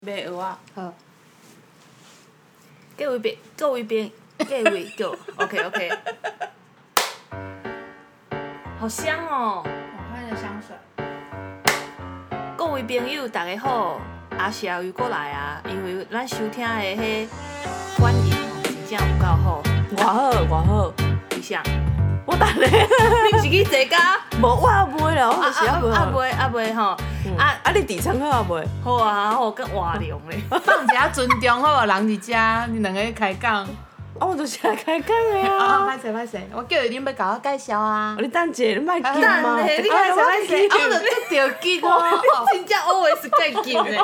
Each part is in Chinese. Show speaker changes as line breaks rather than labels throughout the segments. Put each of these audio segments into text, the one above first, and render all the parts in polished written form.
买蚵仔。
好。
各位，OK，好香哦！
我看的香水。
各位朋友，大家好，阿霞又过来啊！因为咱收听的迄反应真正有够好。
偌好，
为啥？
我等咧。
你毋是去坐家？
无，我还袂啦，我就是
袂吼。
你底层好啊袂？
好啊，好，更活龙咧。
放一下尊重好无？人伫遮，你两个开讲。
我就是来开讲的
啊，
啊。
歹势，我叫你要甲我介绍啊。
你等者，你莫急
等
嘛。
咧，你歹势，
我就足着急哦。
真正 always 介紧咧。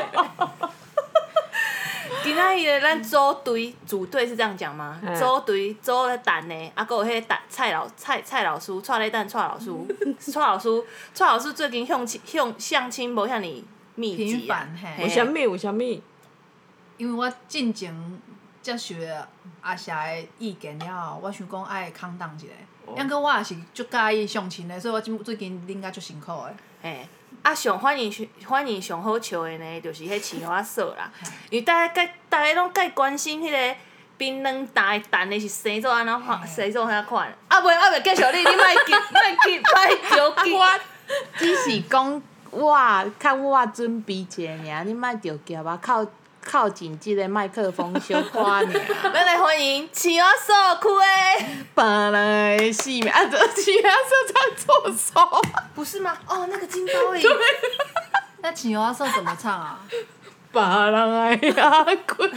今仔日咧，咱组队是这样讲吗？组队组咧等呢，啊，搁有迄蔡老师，蔡咧等蔡老师最近相亲无遐尼密集啊。
频
有啥物？
因为我进前接受了阿霞的意见了后，我想讲爱空档一下。因过我也是足介意相亲的，所以我最近啉甲足辛苦的。
嘿，啊，上反应上好笑的呢，就是迄青花素啦。因为大家拢介关心迄个槟榔蛋的蛋的是生做安怎款，生做遐款。袂继续你莫着急。
我只是讲我准备一下尔，你莫着急啊，靠近即个麦克风小可尔。
咱来欢迎青花素区的。
别人的性命啊，这青花素唱错手。
不是吗？哦，那个金包银。
那青花素怎么唱啊？
别人爱阿困。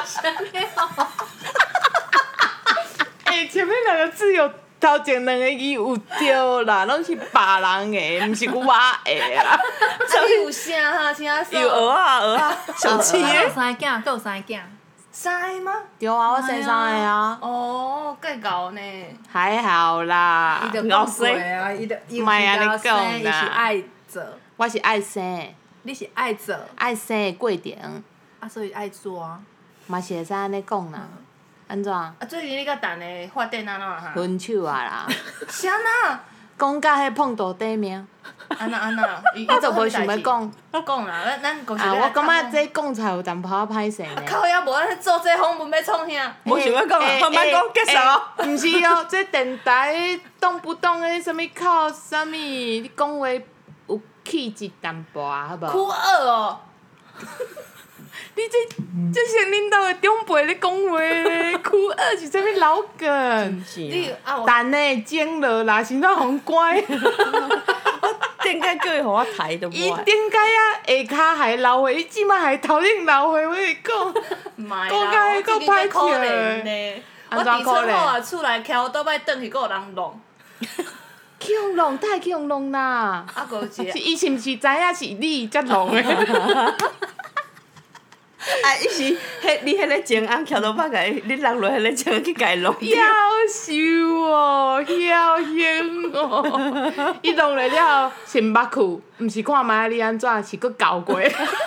前面两个字有头前两个字有对啦，拢是别人的，毋是我的啦。
你有啥哈？青花素。
有蚵仔，上青
还有
的。
三囝，还有三囝。
三个吗？
对啊，我生三个啊。
哦，介高呢。
还好啦。
就讲过
啊，伊莫安尼讲啦。伊是爱做，我是爱生，你是爱做，爱生的过程。啊，所以爱做啊。嘛是会使安尼讲啦。安怎？
啊，最近你甲蛋的发展安怎哈？
分手啊啦。
啥呐？
讲到迄碰到底面，
安那？
我就无想要讲。
讲啦，咱就是
啊，我感觉这讲出来有淡薄仔歹势呢。
靠呀，无咱做这访问要创啥？
无想要讲啊，慢慢讲，结束哦。
毋是哦，这电台动不动的什物靠什物，你讲话有气质淡薄啊，好无？
酷二哦。
你这是恁兜的长辈咧讲话咧，酷二是啥物老梗？
你啊，
蛋呢蒸落啦，先到红乖。
顶解叫伊互我抬都无
伊
爱。
顶解啊下骹还老岁，伊即摆还头顶老岁，我跟你讲。
妈
讲
啦，
到
我
迄个
可怜呢。我伫厝口啊，厝内徛倒摆转去，佫有人弄。
去用弄，太去用弄啦！
啊，佫有一个。
伊是毋是知影是你才弄的？
啊，伊是你迄个前翁徛到摆甲伊，你落落迄个前去甲伊弄掉。
夭寿哦，夭凶哦！伊弄了了，先捌去，毋是看卖你安怎，是佫搞过。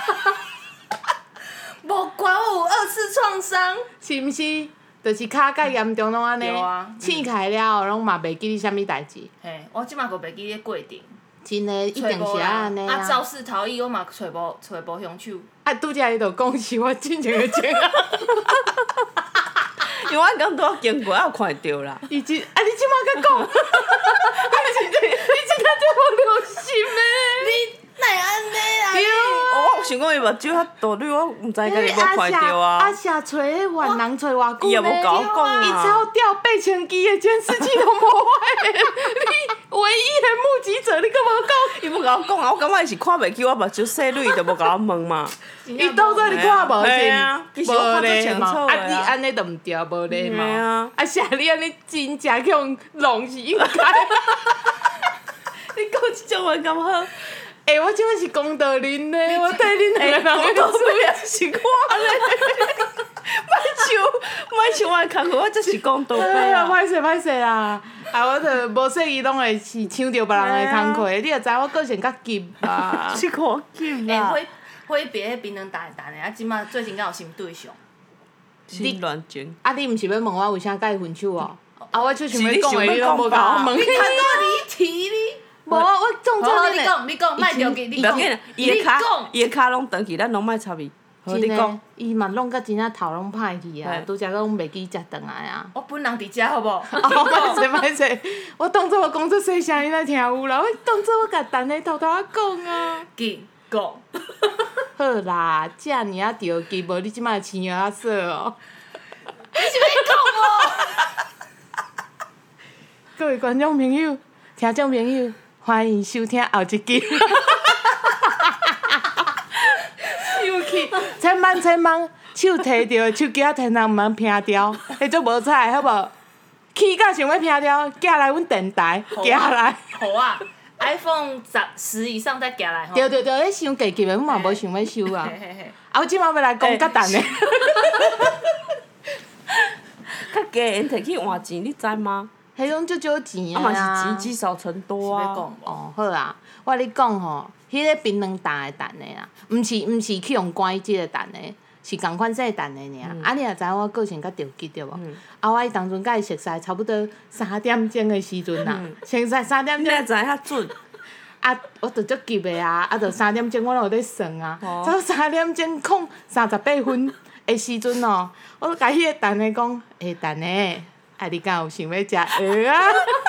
无怪我有二次创伤。
是毋是？就是骹介严重拢安尼，
对啊
醒起来了后，拢嘛袂记你啥物代志。
嘿，我即摆佫袂记迄过程。
真诶，一定是安尼
啊，肇事逃逸我嘛找无凶手。
啊，拄则伊就讲是我进前诶前啊。
因为我刚拄仔经过，我有看到啦。
你即摆甲讲，你真正无良心诶！
你哪会安尼啊？
我想讲伊目睭较大蕊，我毋知家己无看到啊。
阿霞找迄冤人找偌久
伊也无甲我讲啊。
伊超掉8000支的监视器都无诶！你唯一的目击者，你干嘛讲？
伊无甲我讲啊，我感觉伊是看袂起我目睭细蕊，就无甲我问嘛。
伊到底你看无
嘿啊其实我看得清楚的啊
啊，你安尼都毋对，无礼貌。
嘿啊
啊，是你安尼真正去用弄是应该。
你讲即种话咁好？
我即摆是公道人呢，我替恁两个人
我也是我咧。莫像我的工课，我这是讲道理啊。
歹势啦！啊，我著无说伊拢会是抢着别人的工课，你著知我个性较急啊。
是看紧啦。
挥别迄槟榔蛋的，啊，即摆最近敢有新对象？
心乱情。
啊，你毋是要问我为啥甲伊分手哦？啊，我就想要讲的，你拢无甲我问。
你看到离题你。
无，我总
好，
之
你讲，莫着急，你讲，
伊的骹拢长去，咱拢莫插伊。 真诶，
伊嘛弄甲真正头拢歹去啊，拄则拢袂记食转来啊。
我本人伫遮好无？
哦，歹势，我当作我讲出细声，你才听有啦。我当作我甲等下偷偷仔讲啊。
紧讲。
好啦，遮尔啊着急，无你即摆青叶仔说哦。
你是要讲无？
各位观众朋友、听众朋友，欢迎收听后一集。生气，千万手摕着手机仔千万毋通拼掉，会做无彩，好无？气甲想要拼掉，寄来阮电台，寄来。
好啊 ，iPhone 10以上再寄来吼。
对，迄伤低级的，阮嘛无想要收啊。啊，我即摆要来讲较重的。
较加因摕去换钱，你知吗？
迄种足少钱
啊嘛是钱积少成多啊。
哦，好啊，我甲你讲吼，迄个槟榔蛋的蛋的啦，毋是去用关即个蛋的，是共款说蛋的尔。啊，你也知影我个性较着急对无？啊，我迄当阵甲伊熟识差不多3点钟的时阵啦，熟识3点钟。
你也知遐准？
啊，我着足急的啊，啊，着3点钟我有咧算啊，差不多3点钟空38分的时阵哦，我甲迄个蛋的讲，蛋的，啊，你敢有想要食蚵啊？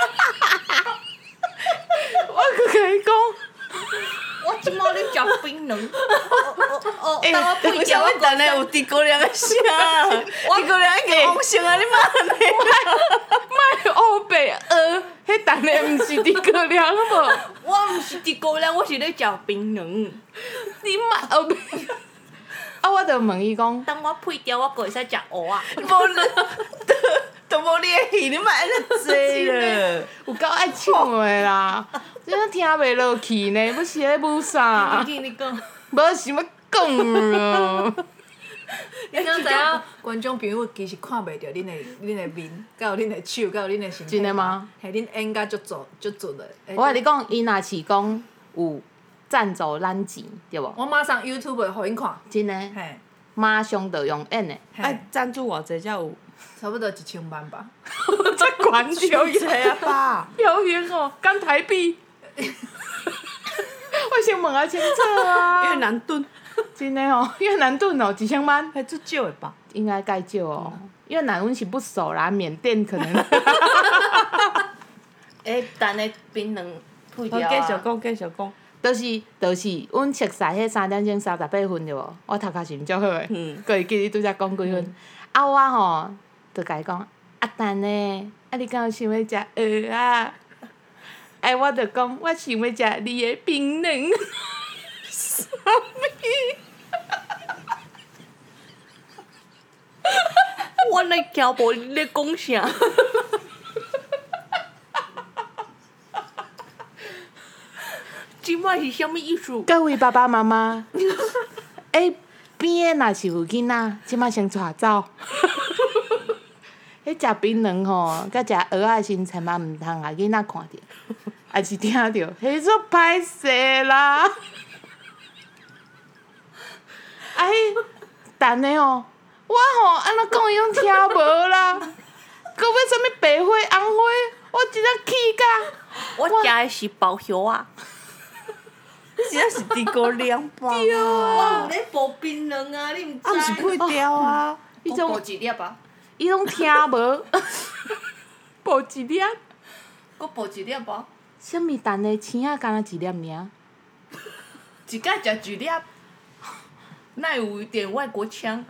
我佮伊讲，
我即摆咧食槟榔。等我配食，
我等下有诸葛亮的声，诸葛亮已经王性啊！你妈呢？
莫黑白迄蛋的毋是诸葛亮，好无？
我毋是诸葛亮，我是咧食槟榔。
你莫黑白。啊，我着问伊讲，
等我配掉，我阁会使食蚵啊。
无你，都无你的戏，你莫安尼做了。
有够爱唱的啦，真正听袂落去呢，要是咧舞啥？
你讲。
无想要讲咯。
你敢知影观众朋友其实看袂着恁的面，甲有恁的手，甲有恁的身体。
真的吗？
嘿，恁演甲足准的。
我甲你讲，伊若是讲有赞助咱钱，对无？
我马上 YouTube 互因看。
真的。
嘿。
马上就用演的。
哎，赞助偌济才有？
差不多1000万吧。
这管
小济啊吧？
表演哦，讲台币。我先问下清楚啊。
越南盾。
真的哦，越南盾哦，1000万。
还足少的吧？
应该介少哦，越南阮是不熟啦，缅甸可能。
等下槟榔配掉啊。
继续讲。
就是阮熟识迄3点钟38分对无？我头壳是毋足好诶，佫会记你拄则讲几分。啊我吼，就甲伊讲，等下，你敢有想要食蚵啊？我就讲，我想要食你的槟榔。啥物？
我来听无你咧讲啥。即摆是啥物意思？
各位爸爸妈妈，边若是有囡仔，即摆先带走。迄食槟榔吼，甲食蚵仔时千万毋通啊囡仔看着，也是听着，迄足歹势啦。迄等下哦，我吼安怎讲伊拢听无啦，搁要啥物白花红花，我真正气甲。
我食的是包叶啊。
你真是诸葛亮吧？
对啊。我有咧剥槟榔啊，你毋知？
啊，毋是配掉啊。
我剥一粒啊。
伊拢听无。剥一粒。
我剥一粒啊。
啥物蛋的青仔敢若一粒尔？
一摆食一粒。哪有一点外国腔？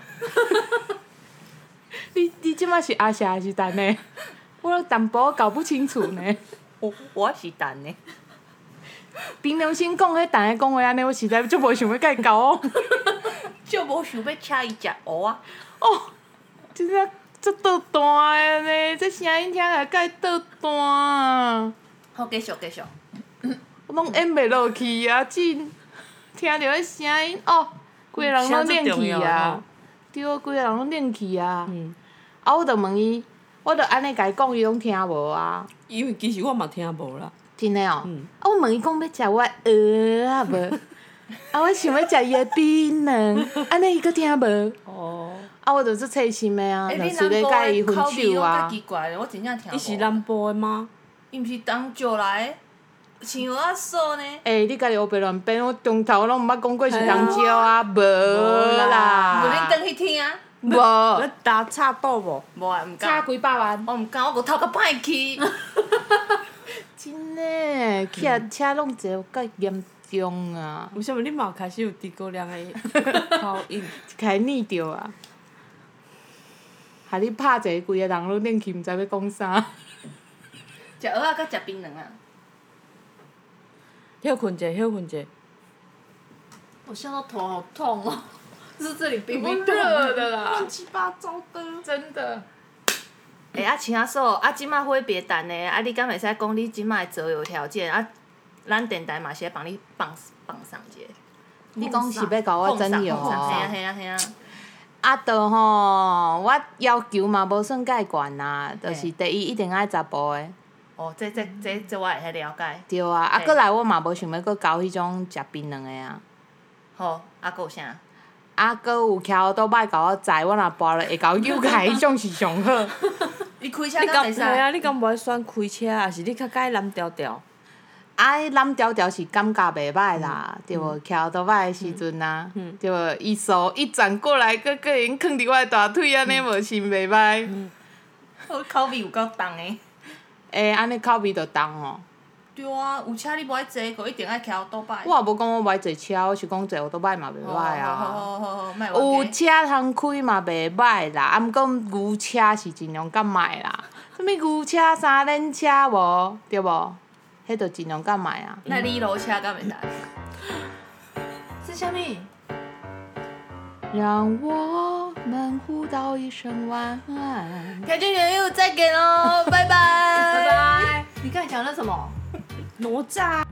你即摆是阿霞还是蛋的？我淡薄搞不清楚呢。
我是蛋的。
平常心讲，迄蛋的讲话安尼，我实在足无想要甲伊交往。
足无想要请伊食蚵啊！
哦，真正足倒弹的呢，这声音听起来介倒弹。
好，继续。
我拢演袂落去啊！真听着迄声音哦。规个人拢冷去啊！对，规个人拢冷去啊！啊，我着问伊，我着安尼甲伊讲，伊拢听无啊。
因为其实我嘛听无啦。
真诶哦！啊，我问伊讲要食我蚵啊无？啊，我想要食伊诶槟榔，安尼伊佫听无？哦。啊，我着足细心诶啊，就随咧甲伊分手啊。
奇怪，我真正听无。
伊是南部诶吗？
伊毋是东石来的。 像我说呢，
你家己黑白乱编，我中头拢毋捌讲过是香蕉啊，无啦。
无恁转去听，
无。
要打插倒无？
无啊，毋
差
敢。
几百万。
我毋敢，我骨头较歹去。
真诶，去啊车拢坐有介严重啊，
为什么你嘛有开始有诸葛亮的口音？
开腻着啊。害你拍者规个人拢恁去，毋知要讲啥。
食蚵仔甲食槟榔啊！
休困者，休困者。
我现在头好痛哦，是这里冰冰
热的啦，
七八糟的。
真的。
青仔嫂，即摆火别等的，你敢会使讲你即摆的择友条件？咱电台嘛是会帮你放上一个。
你讲是要甲我真有
嘿啊
哦？
嘿啊嘿啊！
就吼，我要求嘛无算介悬啦，就是第一一定爱查甫的。
哦，这我会晓了解。
对啊，
嘿
过来我嘛无想要搁交迄种食槟榔的啊。
好，搁有啥？
搁有徛倒摆甲我载，我若跋落会甲我救开，迄种是上好。
伊开车
你
敢袂使？
敢系啊？你敢无爱选开车，还是你较介蓝调调？
蓝调调是感觉袂歹啦，对无？徛倒摆的时阵啊，对无？伊手一转过来，佫会用囥伫我的大腿，安尼无是袂歹。
我口味有够重的。
安尼口味就重哦。
对啊，有车你无爱坐，佫一定爱徛倒摆。
我也无讲我无爱坐车，我是讲坐倒摆嘛袂歹啊。
好，莫
有
冤家。
车通开嘛袂歹啦，毋过牛车是尽量较莫啦。啥物牛车、三轮车无，对无？迄就尽量较莫啊。
那你路车敢袂当？
是啥物？
让我们互道一声晚安。
条件朋友再见喽，拜拜。
拜拜。你刚才讲的什么？
哪吒。